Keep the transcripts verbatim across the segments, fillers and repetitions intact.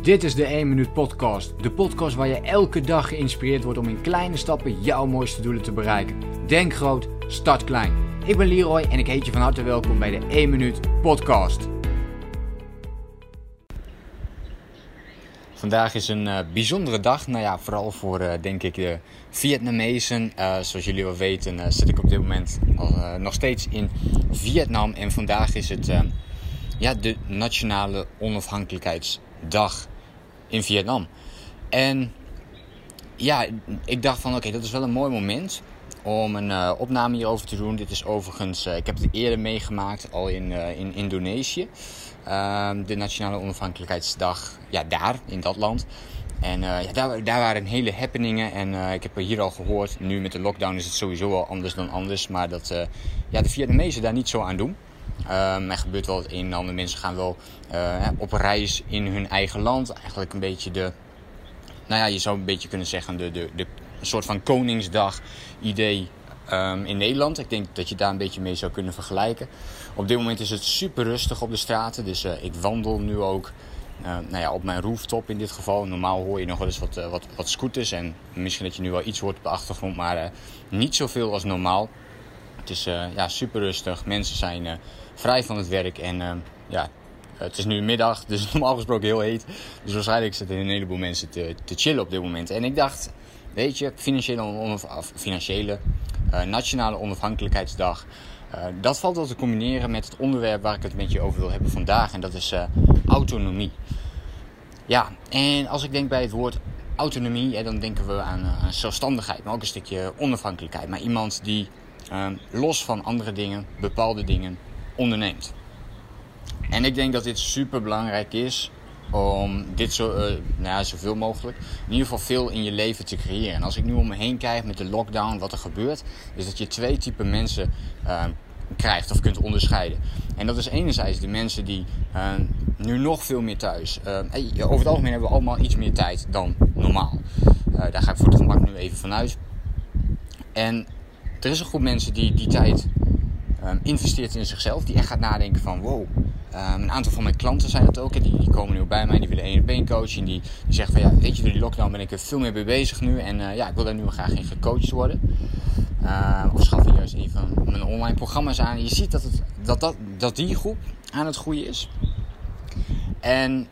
Dit is de één minuut podcast. De podcast waar je elke dag geïnspireerd wordt om in kleine stappen jouw mooiste doelen te bereiken. Denk groot, start klein. Ik ben Leroy en ik heet je van harte welkom bij de één minuut podcast. Vandaag is een uh, bijzondere dag. Nou ja, vooral voor uh, denk ik de Vietnamezen. Uh, zoals jullie wel weten uh, zit ik op dit moment al, uh, nog steeds in Vietnam. En vandaag is het uh, ja, de Nationale Onafhankelijkheidsdag in Vietnam. En ja, ik dacht van oké, okay, dat is wel een mooi moment om een uh, opname hierover te doen. Dit is overigens, uh, ik heb het eerder meegemaakt, al in, uh, in Indonesië. Uh, de Nationale Onafhankelijkheidsdag, ja, daar, in dat land. En uh, ja, daar, daar waren hele happeningen. En uh, ik heb hier al gehoord, nu met de lockdown is het sowieso al anders dan anders. Maar dat uh, ja, de Vietnamezen daar niet zo aan doen. Uh, er gebeurt wel het een en ander. Mensen gaan wel uh, op reis in hun eigen land. Eigenlijk een beetje de, nou ja, je zou een beetje kunnen zeggen, de, de, de een soort van Koningsdag idee um, in Nederland. Ik denk dat je daar een beetje mee zou kunnen vergelijken. Op dit moment is het super rustig op de straten. Dus uh, ik wandel nu ook uh, nou ja, op mijn rooftop in dit geval. Normaal hoor je nog wel eens wat, uh, wat, wat scooters. En misschien dat je nu wel iets hoort op de achtergrond. Maar uh, niet zoveel als normaal. Het is uh, ja, super rustig. Mensen zijn uh, vrij van het werk. En uh, ja, het is nu middag. Dus normaal gesproken heel heet. Dus waarschijnlijk zitten een heleboel mensen te, te chillen op dit moment. En ik dacht, weet je, financiële, onaf, financiële uh, Nationale Onafhankelijkheidsdag. Uh, dat valt wel te combineren met het onderwerp waar ik het met je over wil hebben vandaag. En dat is uh, autonomie. Ja, en als ik denk bij het woord autonomie, ja, dan denken we aan, uh, aan zelfstandigheid. Maar ook een stukje onafhankelijkheid. Maar iemand die uh, los van andere dingen, bepaalde dingen, onderneemt. En ik denk dat dit super belangrijk is om dit zo, uh, nou ja, zoveel mogelijk, in ieder geval veel in je leven te creëren. En als ik nu om me heen kijk met de lockdown, wat er gebeurt, is dat je twee typen mensen uh, krijgt of kunt onderscheiden. En dat is enerzijds de mensen die uh, nu nog veel meer thuis. Uh, over het algemeen hebben we allemaal iets meer tijd dan normaal. Uh, daar ga ik voor het gemak nu even vanuit. En er is een groep mensen die die tijd uh, investeert in zichzelf, die echt gaat nadenken van wow. Um, een aantal van mijn klanten zijn dat ook. Die, die komen nu bij mij, die willen één op één coaching. Die, die zeggen van ja, weet je, door die lockdown ben ik er veel meer mee bezig nu. En uh, ja, ik wil daar nu graag in gecoacht worden. Uh, of schaffen juist een van mijn online programma's aan. En je ziet dat, het, dat, dat, dat die groep aan het groeien is. En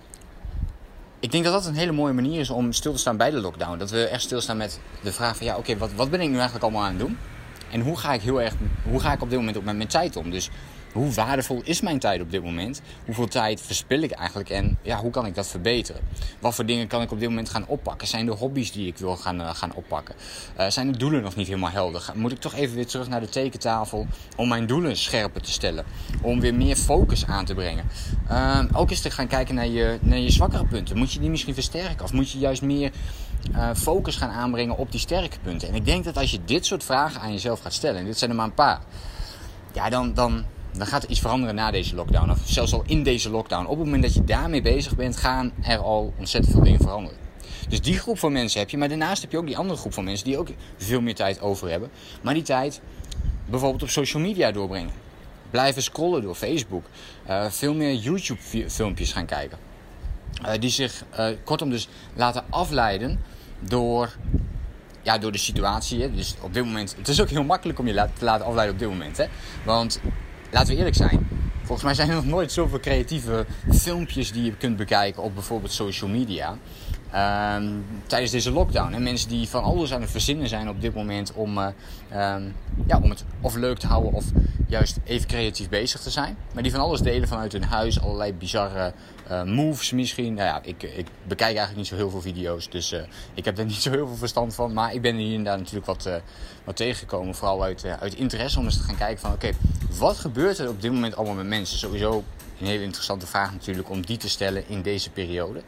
ik denk dat dat een hele mooie manier is om stil te staan bij de lockdown. Dat we echt stilstaan met de vraag van ja, oké, okay, wat, wat ben ik nu eigenlijk allemaal aan het doen? En hoe ga ik heel erg, hoe ga ik op dit moment ook met mijn tijd om? Dus hoe waardevol is mijn tijd op dit moment? Hoeveel tijd verspil ik eigenlijk? En ja, hoe kan ik dat verbeteren? Wat voor dingen kan ik op dit moment gaan oppakken? Zijn er hobby's die ik wil gaan, uh, gaan oppakken? Uh, zijn de doelen nog niet helemaal helder? Moet ik toch even weer terug naar de tekentafel om mijn doelen scherper te stellen? Om weer meer focus aan te brengen. Uh, ook eens te gaan kijken naar je, naar je zwakkere punten. Moet je die misschien versterken? Of moet je juist meer uh, focus gaan aanbrengen op die sterke punten? En ik denk dat als je dit soort vragen aan jezelf gaat stellen, en dit zijn er maar een paar, ja, dan... dan Dan gaat er iets veranderen na deze lockdown. Of zelfs al in deze lockdown. Op het moment dat je daarmee bezig bent, gaan er al ontzettend veel dingen veranderen. Dus die groep van mensen heb je. Maar daarnaast heb je ook die andere groep van mensen die ook veel meer tijd over hebben. Maar die tijd bijvoorbeeld op social media doorbrengen. Blijven scrollen door Facebook. Uh, veel meer YouTube filmpjes gaan kijken. Uh, die zich uh, kortom dus laten afleiden door... Ja, door de situatie. Hè. Dus op dit moment... Het is ook heel makkelijk om je te laten afleiden op dit moment. Hè. Want... Laten we eerlijk zijn. Volgens mij zijn er nog nooit zoveel creatieve filmpjes die je kunt bekijken op bijvoorbeeld social media. Um, tijdens deze lockdown. En mensen die van alles aan het verzinnen zijn op dit moment om, uh, um, ja, om het of leuk te houden of juist even creatief bezig te zijn. Maar die van alles delen vanuit hun huis. Allerlei bizarre uh, moves misschien. Nou ja, ik, ik bekijk eigenlijk niet zo heel veel video's. Dus uh, ik heb er niet zo heel veel verstand van. Maar ik ben er hier en daar natuurlijk wat, uh, wat tegengekomen. Vooral uit, uh, uit interesse om eens te gaan kijken van oké, okay, wat gebeurt er op dit moment allemaal met mensen? Sowieso een hele interessante vraag natuurlijk om die te stellen in deze periode.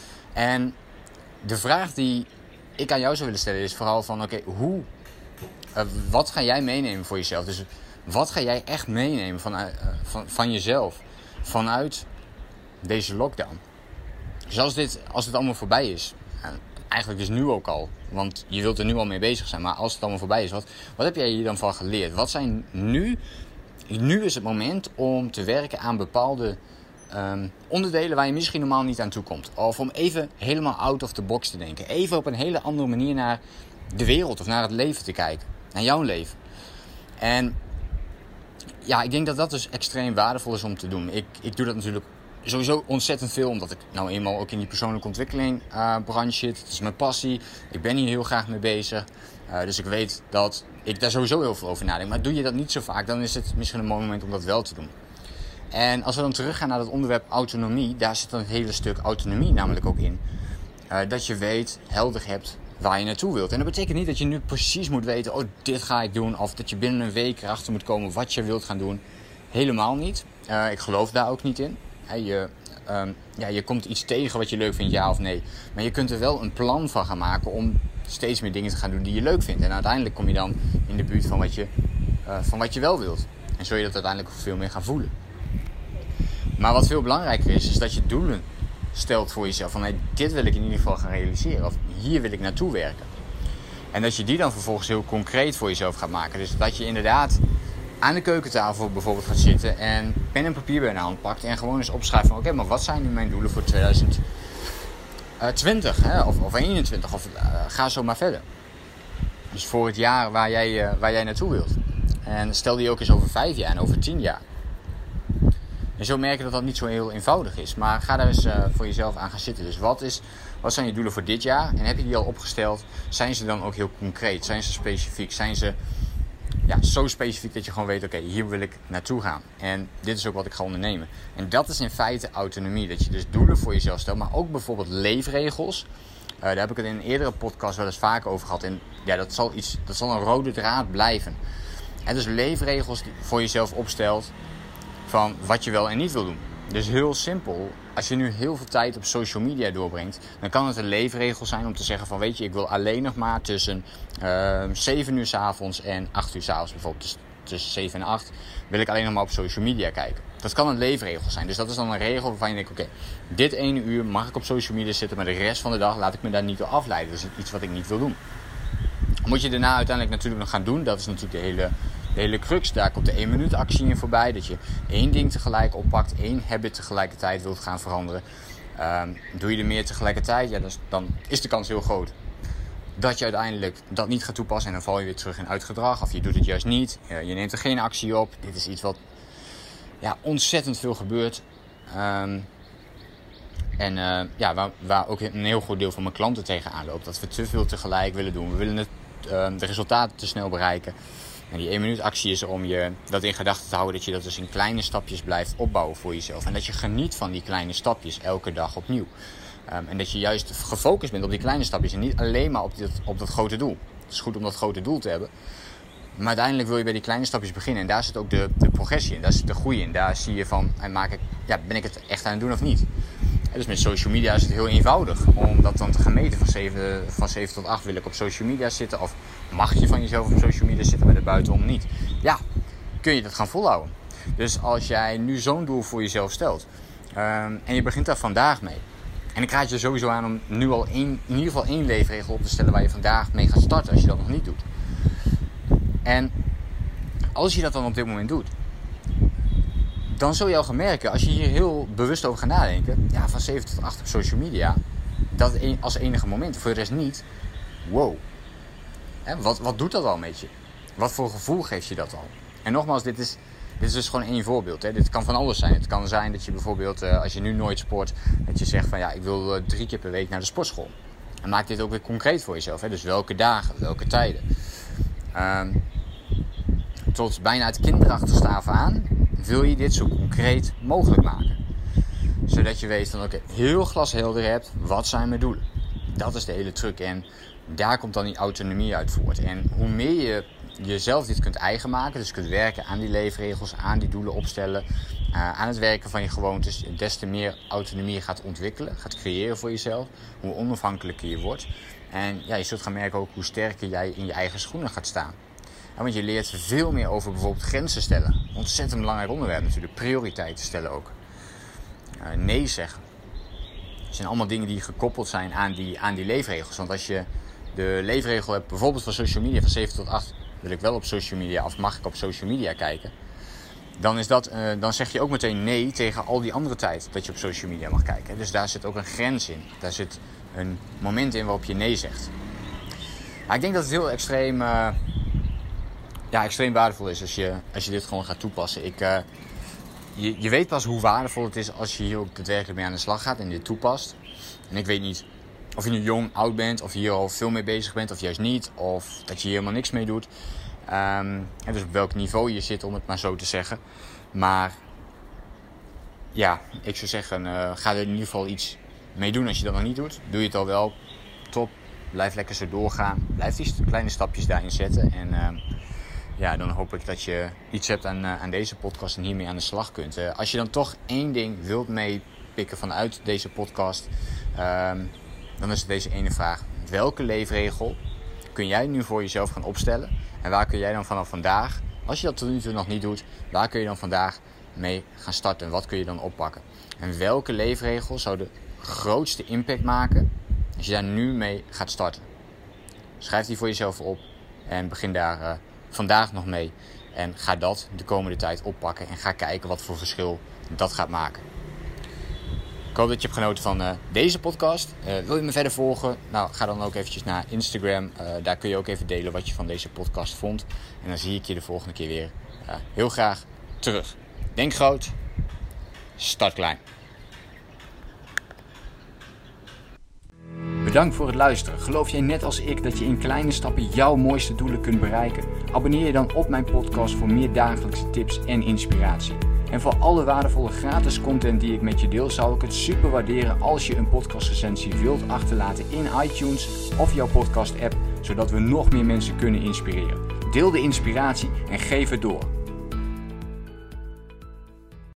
En de vraag die ik aan jou zou willen stellen is vooral van oké, okay, hoe, uh, wat ga jij meenemen voor jezelf? Dus wat ga jij echt meenemen van, uh, van, van jezelf vanuit deze lockdown? Dus als dit, als het allemaal voorbij is, uh, eigenlijk dus nu ook al, want je wilt er nu al mee bezig zijn, maar als het allemaal voorbij is, wat, wat heb jij hier dan van geleerd? Wat zijn nu, nu is het moment om te werken aan bepaalde um, onderdelen waar je misschien normaal niet aan toe komt. Of om even helemaal out of the box te denken. Even op een hele andere manier naar de wereld of naar het leven te kijken. Naar jouw leven. En ja, ik denk dat dat dus extreem waardevol is om te doen. Ik, ik doe dat natuurlijk sowieso ontzettend veel, omdat ik nou eenmaal ook in die persoonlijke ontwikkeling uh, branche zit. Het is mijn passie. Ik ben hier heel graag mee bezig. Uh, dus ik weet dat ik daar sowieso heel veel over nadenk. Maar doe je dat niet zo vaak, dan is het misschien een mooi moment om dat wel te doen. En als we dan teruggaan naar het onderwerp autonomie, daar zit dan het hele stuk autonomie namelijk ook in. Uh, dat je weet, helder hebt waar je naartoe wilt. En dat betekent niet dat je nu precies moet weten, oh, dit ga ik doen. Of dat je binnen een week erachter moet komen wat je wilt gaan doen. Helemaal niet. Uh, ik geloof daar ook niet in. Uh, je, um, ja, je komt iets tegen wat je leuk vindt, ja of nee. Maar je kunt er wel een plan van gaan maken om steeds meer dingen te gaan doen die je leuk vindt. En uiteindelijk kom je dan in de buurt van wat je, uh, van wat je wel wilt. En zul je dat uiteindelijk veel meer gaan voelen. Maar wat veel belangrijker is, is dat je doelen stelt voor jezelf. Van hey, dit wil ik in ieder geval gaan realiseren. Of hier wil ik naartoe werken. En dat je die dan vervolgens heel concreet voor jezelf gaat maken. Dus dat je inderdaad aan de keukentafel bijvoorbeeld gaat zitten en pen en papier bij de hand pakt. En gewoon eens opschrijft van oké, okay, maar wat zijn nu mijn doelen voor twintig twintig hè? Of, of eenentwintig of uh, ga zo maar verder. Dus voor het jaar waar jij, uh, waar jij naartoe wilt. En stel die ook eens over vijf jaar en over tien jaar. En zo merk je dat dat niet zo heel eenvoudig is. Maar ga daar eens uh, voor jezelf aan gaan zitten. Dus wat, is, wat zijn je doelen voor dit jaar? En heb je die al opgesteld? Zijn ze dan ook heel concreet? Zijn ze specifiek? Zijn ze ja, zo specifiek dat je gewoon weet, oké, okay, hier wil ik naartoe gaan. En dit is ook wat ik ga ondernemen. En dat is in feite autonomie. Dat je dus doelen voor jezelf stelt. Maar ook bijvoorbeeld leefregels. Uh, daar heb ik het in een eerdere podcast wel eens vaker over gehad. En ja, dat zal, iets, dat zal een rode draad blijven. En dus leefregels die voor jezelf opstelt van wat je wel en niet wil doen. Dus heel simpel, als je nu heel veel tijd op social media doorbrengt, dan kan het een leefregel zijn om te zeggen van weet je, ik wil alleen nog maar tussen uh, zeven uur 's avonds en acht uur 's avonds bijvoorbeeld. Dus tussen zeven en acht wil ik alleen nog maar op social media kijken. Dat kan een leefregel zijn. Dus dat is dan een regel waarvan je denkt, oké, okay, dit ene uur mag ik op social media zitten, maar de rest van de dag laat ik me daar niet door afleiden. Dat is iets wat ik niet wil doen. Moet je daarna uiteindelijk natuurlijk nog gaan doen. Dat is natuurlijk de hele, de hele crux. Daar komt de één minuut actie in voorbij. Dat je één ding tegelijk oppakt. Één habit tegelijkertijd wilt gaan veranderen. Um, doe je er meer tegelijkertijd. Ja, dus dan is de kans heel groot dat je uiteindelijk dat niet gaat toepassen. En dan val je weer terug in oud gedrag. Of je doet het juist niet. Uh, je neemt er geen actie op. Dit is iets wat ja, ontzettend veel gebeurt. Um, En uh, ja, waar, waar ook een heel groot deel van mijn klanten tegenaan loopt. Dat we te veel tegelijk willen doen. We willen het, uh, de resultaten te snel bereiken. En die één minuut actie is er om je dat in gedachten te houden. Dat je dat dus in kleine stapjes blijft opbouwen voor jezelf. En dat je geniet van die kleine stapjes elke dag opnieuw. Um, en dat je juist gefocust bent op die kleine stapjes. En niet alleen maar op, dit, op dat grote doel. Het is goed om dat grote doel te hebben. Maar uiteindelijk wil je bij die kleine stapjes beginnen. En daar zit ook de, de progressie in. Daar zit de groei in. Daar zie je van, maak ik, ja, ben ik het echt aan het doen of niet? Dus met social media is het heel eenvoudig om dat dan te gaan meten. Van zeven, van zeven tot acht wil ik op social media zitten. Of mag je van jezelf op social media zitten, maar buitenom niet. Ja, kun je dat gaan volhouden. Dus als jij nu zo'n doel voor jezelf stelt. Um, en je begint daar vandaag mee. En ik raad je sowieso aan om nu al één, in ieder geval één leefregel op te stellen waar je vandaag mee gaat starten. Als je dat nog niet doet. En als je dat dan op dit moment doet, dan zul je al gaan merken, als je hier heel bewust over gaat nadenken, ja, van zeven tot acht op social media, dat als enige moment, voor de rest niet. Wow. Hè, wat, wat doet dat al met je? Wat voor gevoel geeft je dat al? En nogmaals, dit is, dit is dus gewoon één voorbeeld. Hè. Dit kan van alles zijn. Het kan zijn dat je bijvoorbeeld, uh, als je nu nooit sport, dat je zegt van ja, ik wil uh, drie keer per week naar de sportschool. En maak dit ook weer concreet voor jezelf. Hè. Dus welke dagen, welke tijden. Um, tot bijna het kinderachterste af aan wil je dit zo concreet mogelijk maken. Zodat je weet van oké, okay, heel glashelder hebt, wat zijn mijn doelen? Dat is de hele truc en daar komt dan die autonomie uit voort. En hoe meer je jezelf dit kunt eigen maken, dus kunt werken aan die leefregels, aan die doelen opstellen, uh, aan het werken van je gewoontes, des te meer autonomie je gaat ontwikkelen, gaat creëren voor jezelf, hoe onafhankelijker je wordt. En ja, je zult gaan merken ook hoe sterker jij in je eigen schoenen gaat staan. Ja, want je leert veel meer over bijvoorbeeld grenzen stellen. Ontzettend belangrijk onderwerp natuurlijk. Prioriteiten stellen ook. Uh, nee zeggen. Het zijn allemaal dingen die gekoppeld zijn aan die, aan die leefregels. Want als je de leefregel hebt, bijvoorbeeld van social media, van zeven tot acht wil ik wel op social media of mag ik op social media kijken. dan, is dat, uh, dan zeg je ook meteen nee tegen al die andere tijd dat je op social media mag kijken. Dus daar zit ook een grens in. Daar zit een moment in waarop je nee zegt. Maar ik denk dat het heel extreem, uh, ja, extreem waardevol is als je, als je dit gewoon gaat toepassen. Ik, uh, je, je weet pas hoe waardevol het is als je hier ook daadwerkelijk mee aan de slag gaat en dit toepast. En ik weet niet of je nu jong, oud bent, of je hier al veel mee bezig bent, of juist niet. Of dat je hier helemaal niks mee doet. Um, en dus op welk niveau je zit, om het maar zo te zeggen. Maar ja, ik zou zeggen, uh, ga er in ieder geval iets mee doen als je dat nog niet doet. Doe je het al wel, top. Blijf lekker zo doorgaan. Blijf die kleine stapjes daarin zetten. En uh, ja, dan hoop ik dat je iets hebt aan, uh, aan deze podcast en hiermee aan de slag kunt. Uh, als je dan toch één ding wilt meepikken vanuit deze podcast, uh, dan is het deze ene vraag. Welke leefregel kun jij nu voor jezelf gaan opstellen? En waar kun jij dan vanaf vandaag, als je dat tot nu toe nog niet doet, waar kun je dan vandaag mee gaan starten? Wat kun je dan oppakken? En welke leefregel zou de grootste impact maken als je daar nu mee gaat starten? Schrijf die voor jezelf op en begin daar uh, vandaag nog mee. En ga dat de komende tijd oppakken en ga kijken wat voor verschil dat gaat maken. Ik hoop dat je hebt genoten van uh, deze podcast. Uh, wil je me verder volgen? Nou, ga dan ook eventjes naar Instagram. Uh, daar kun je ook even delen wat je van deze podcast vond. En dan zie ik je de volgende keer weer uh, heel graag terug. Denk groot, start klein. Bedankt voor het luisteren. Geloof jij net als ik dat je in kleine stappen jouw mooiste doelen kunt bereiken? Abonneer je dan op mijn podcast voor meer dagelijkse tips en inspiratie. En voor alle waardevolle gratis content die ik met je deel, zou ik het super waarderen als je een podcastrecensie wilt achterlaten in iTunes of jouw podcast app, zodat we nog meer mensen kunnen inspireren. Deel de inspiratie en geef het door.